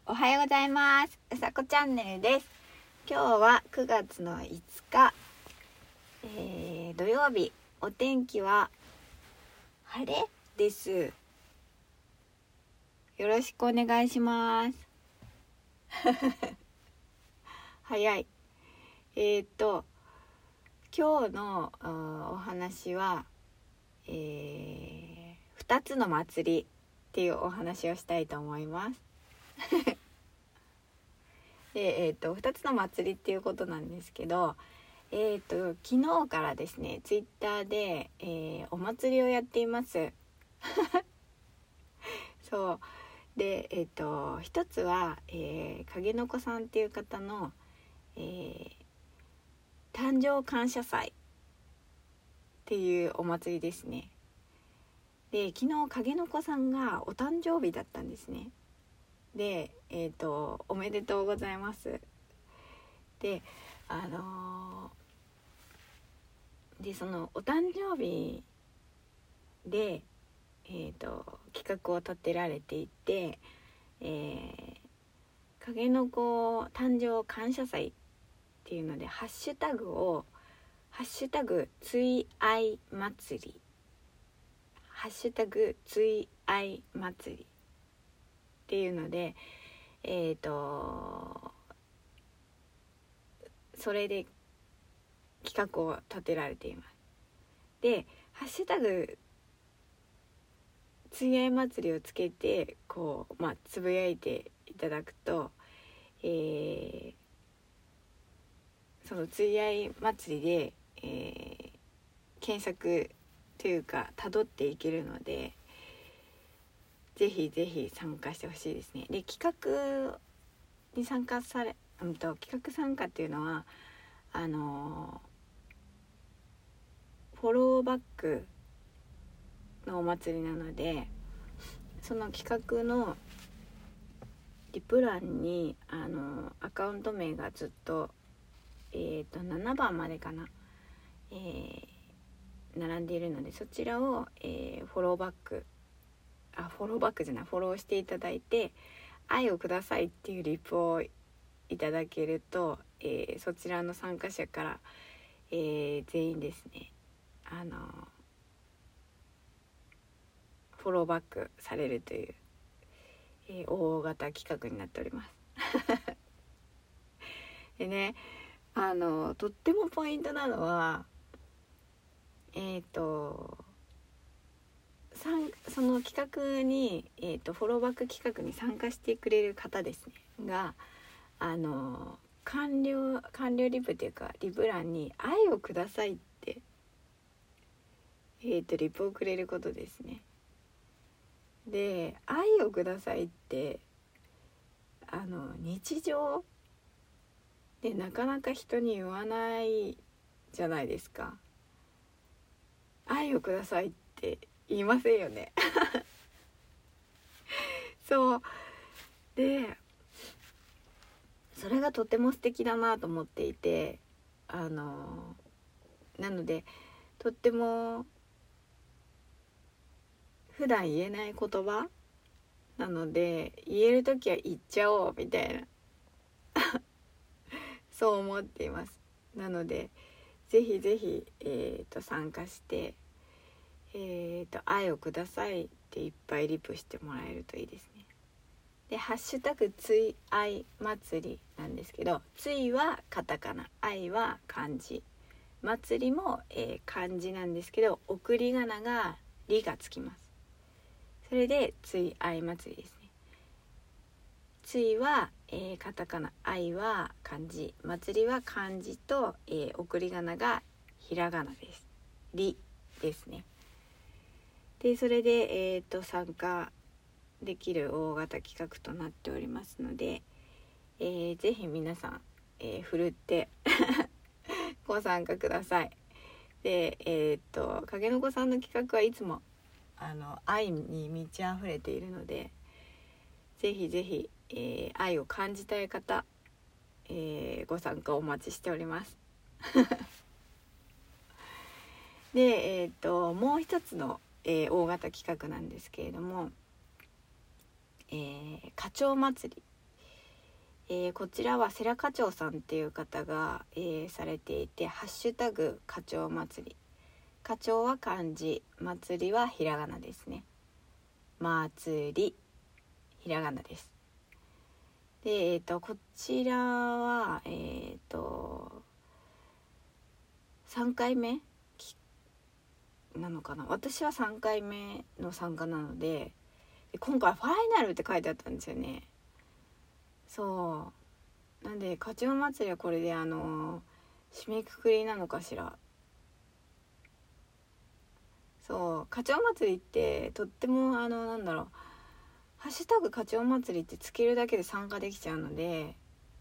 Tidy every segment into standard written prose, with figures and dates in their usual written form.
おはようございます。うさこチャンネルです。今日は9月の5日、土曜日。お天気は晴れです。よろしくお願いします。早い。今日のお話は、2つの祭りっていうお話をしたいと思います。で2つの祭りっていうことなんですけど、昨日からですね、ツイッターで、お祭りをやっています。そうで、一つは、影の子さんっていう方の、誕生感謝祭っていうお祭りですね。で、昨日影の子さんがお誕生日だったんですね。で、おめでとうございます。で、でそのお誕生日で、企画を立てられていて、影の子誕生感謝祭っていうのでハッシュタグをハッシュタグついあい祭り、ハッシュタグついあい祭りっていうので、それで企画を立てられています。で、ハッシュタグついあい祭りをつけてつぶやいていただくと、そのついあい祭りで、検索というか辿っていけるので、ぜひぜひ参加してほしいですね。で、企画に参加企画参加っていうのはフォローバックのお祭りなので、その企画のリプ欄にアカウント名がずっと7番までかな、並んでいるので、そちらを、フォローしていただいて、愛をくださいっていうリプをいただけると、そちらの参加者から、全員ですねフォローバックされるという、大型企画になっております。でね、とってもポイントなのはその企画に、フォローバック企画に参加してくれる方ですねが完了リプっていうかリプ欄に愛をくださいって、リプをくれることですね。で、愛をくださいって日常でなかなか人に言わないじゃないですか。愛をくださいって言いませんよね。そうで、それがとても素敵だなと思っていて、なのでとっても普段言えない言葉なので、言えるときは言っちゃおうみたいなそう思っています。なのでぜひぜひ、参加して、愛をくださいっていっぱいリプしてもらえるといいですね。で、ハッシュタグついあい祭りなんですけど、ついはカタカナ、愛は漢字、祭りも、漢字なんですけど、送り仮名がりがつきます。それでついあい祭りですね。ついは、カタカナ、愛は漢字、祭りは漢字と、送り仮名がひらがなです。りですね。で、それで、参加できる大型企画となっておりますので、ぜひ皆さん、ふるってご参加ください。で、影の子さんの企画はいつも愛に満ち溢れているので、ぜひぜひ、愛を感じたい方、ご参加お待ちしております。で、もう一つの、大型企画なんですけれども、花鳥祭りこちらは世良課長さんっていう方が、されていて、ハッシュタグ課長祭り、課長は漢字、祭りはひらがなですね。祭りひらがなです。でこちらは3回目なのかな。私は3回目の参加なので、今回ファイナルって書いてあったんですよね。そうなんで、課長祭りはこれで締めくくりなのかしら。そう課長祭りってとってもなんだろう、ハッシュタグ課長祭りってつけるだけで参加できちゃうので、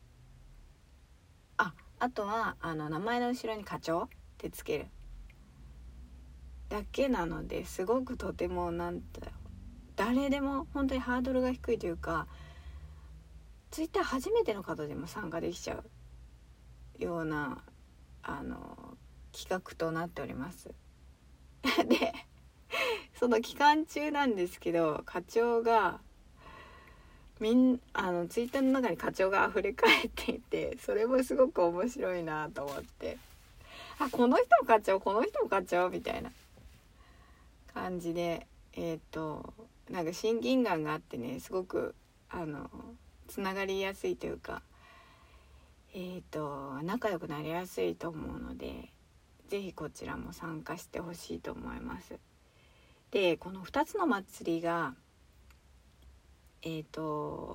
あとは名前の後ろに課長ってつけるだけなので、すごくとても誰でも本当にハードルが低いというか、ツイッター初めての方でも参加できちゃうような企画となっておりますでその期間中なんですけど、課長がツイッターの中に課長が溢れ返っていて、それもすごく面白いなと思って、この人も課長この人も課長みたいな感じでなんか親近感があってね、すごくつながりやすいというか仲良くなりやすいと思うので、ぜひこちらも参加してほしいと思います。でこの2つの祭りが9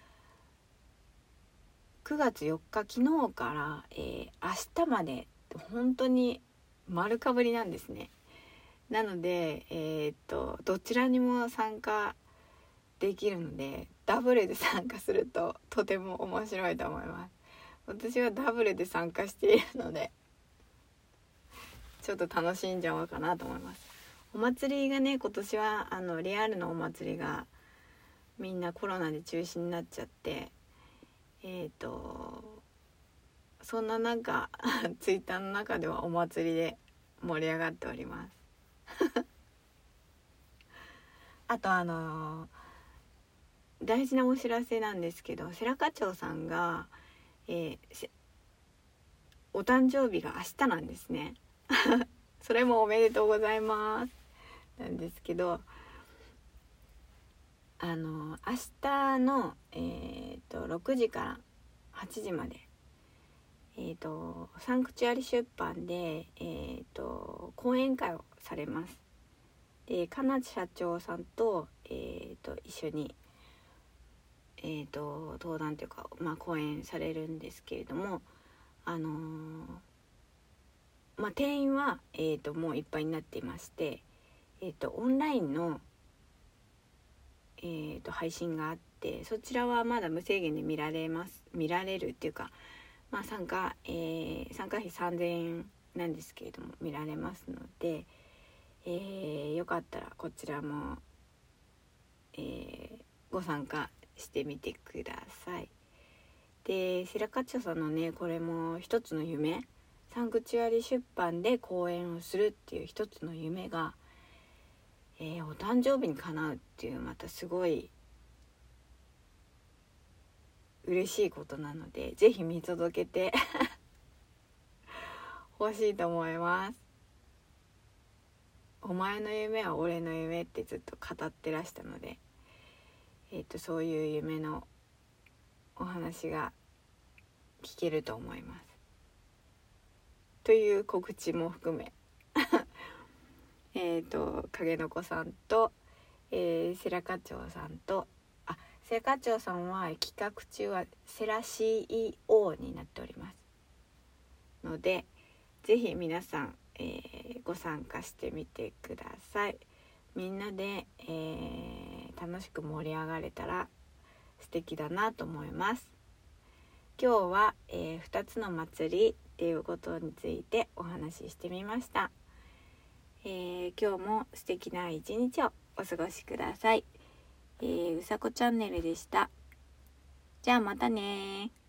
月4日昨日から、明日まで本当に丸かぶりなんですね。なのでどちらにも参加できるので、ダブルで参加するととても面白いと思います。私はダブルで参加しているので、ちょっと楽しんじゃおうかなと思います。お祭りがね、今年はリアルのお祭りがみんなコロナで中止になっちゃって、そんな中ツイッターの中ではお祭りで盛り上がっておりますあと大事なお知らせなんですけど、世良課長さんが、お誕生日が明日なんですねそれもおめでとうございますなんですけど、明日の、6時から8時まで、サンクチュアリ出版で、講演会をされます。で金社長さんと、一緒に、登壇というか、講演されるんですけれども、定員は、もういっぱいになっていまして、オンラインの、配信があって、そちらはまだ無制限で見られるっていうか、参加費3000円なんですけれども見られますので、よかったらこちらも、ご参加してみてください。で世良課長さんのね、これも一つの夢、サンクチュアリ出版で講演をするっていう一つの夢が、お誕生日に叶うっていう、またすごい嬉しいことなので、ぜひ見届けて欲しいと思います。お前の夢は俺の夢ってずっと語ってらしたので、そういう夢のお話が聞けると思いますという告知も含め影の子さんと、世良課長さんと、世良課長さんは企画中は世良 CEO になっておりますので、ぜひ皆さん、ご参加してみてください。みんなで、楽しく盛り上がれたら素敵だなと思います。今日は、2つの祭りっていうことについてお話ししてみました。今日も素敵な一日をお過ごしください。うさこチャンネルでした。じゃあまたね。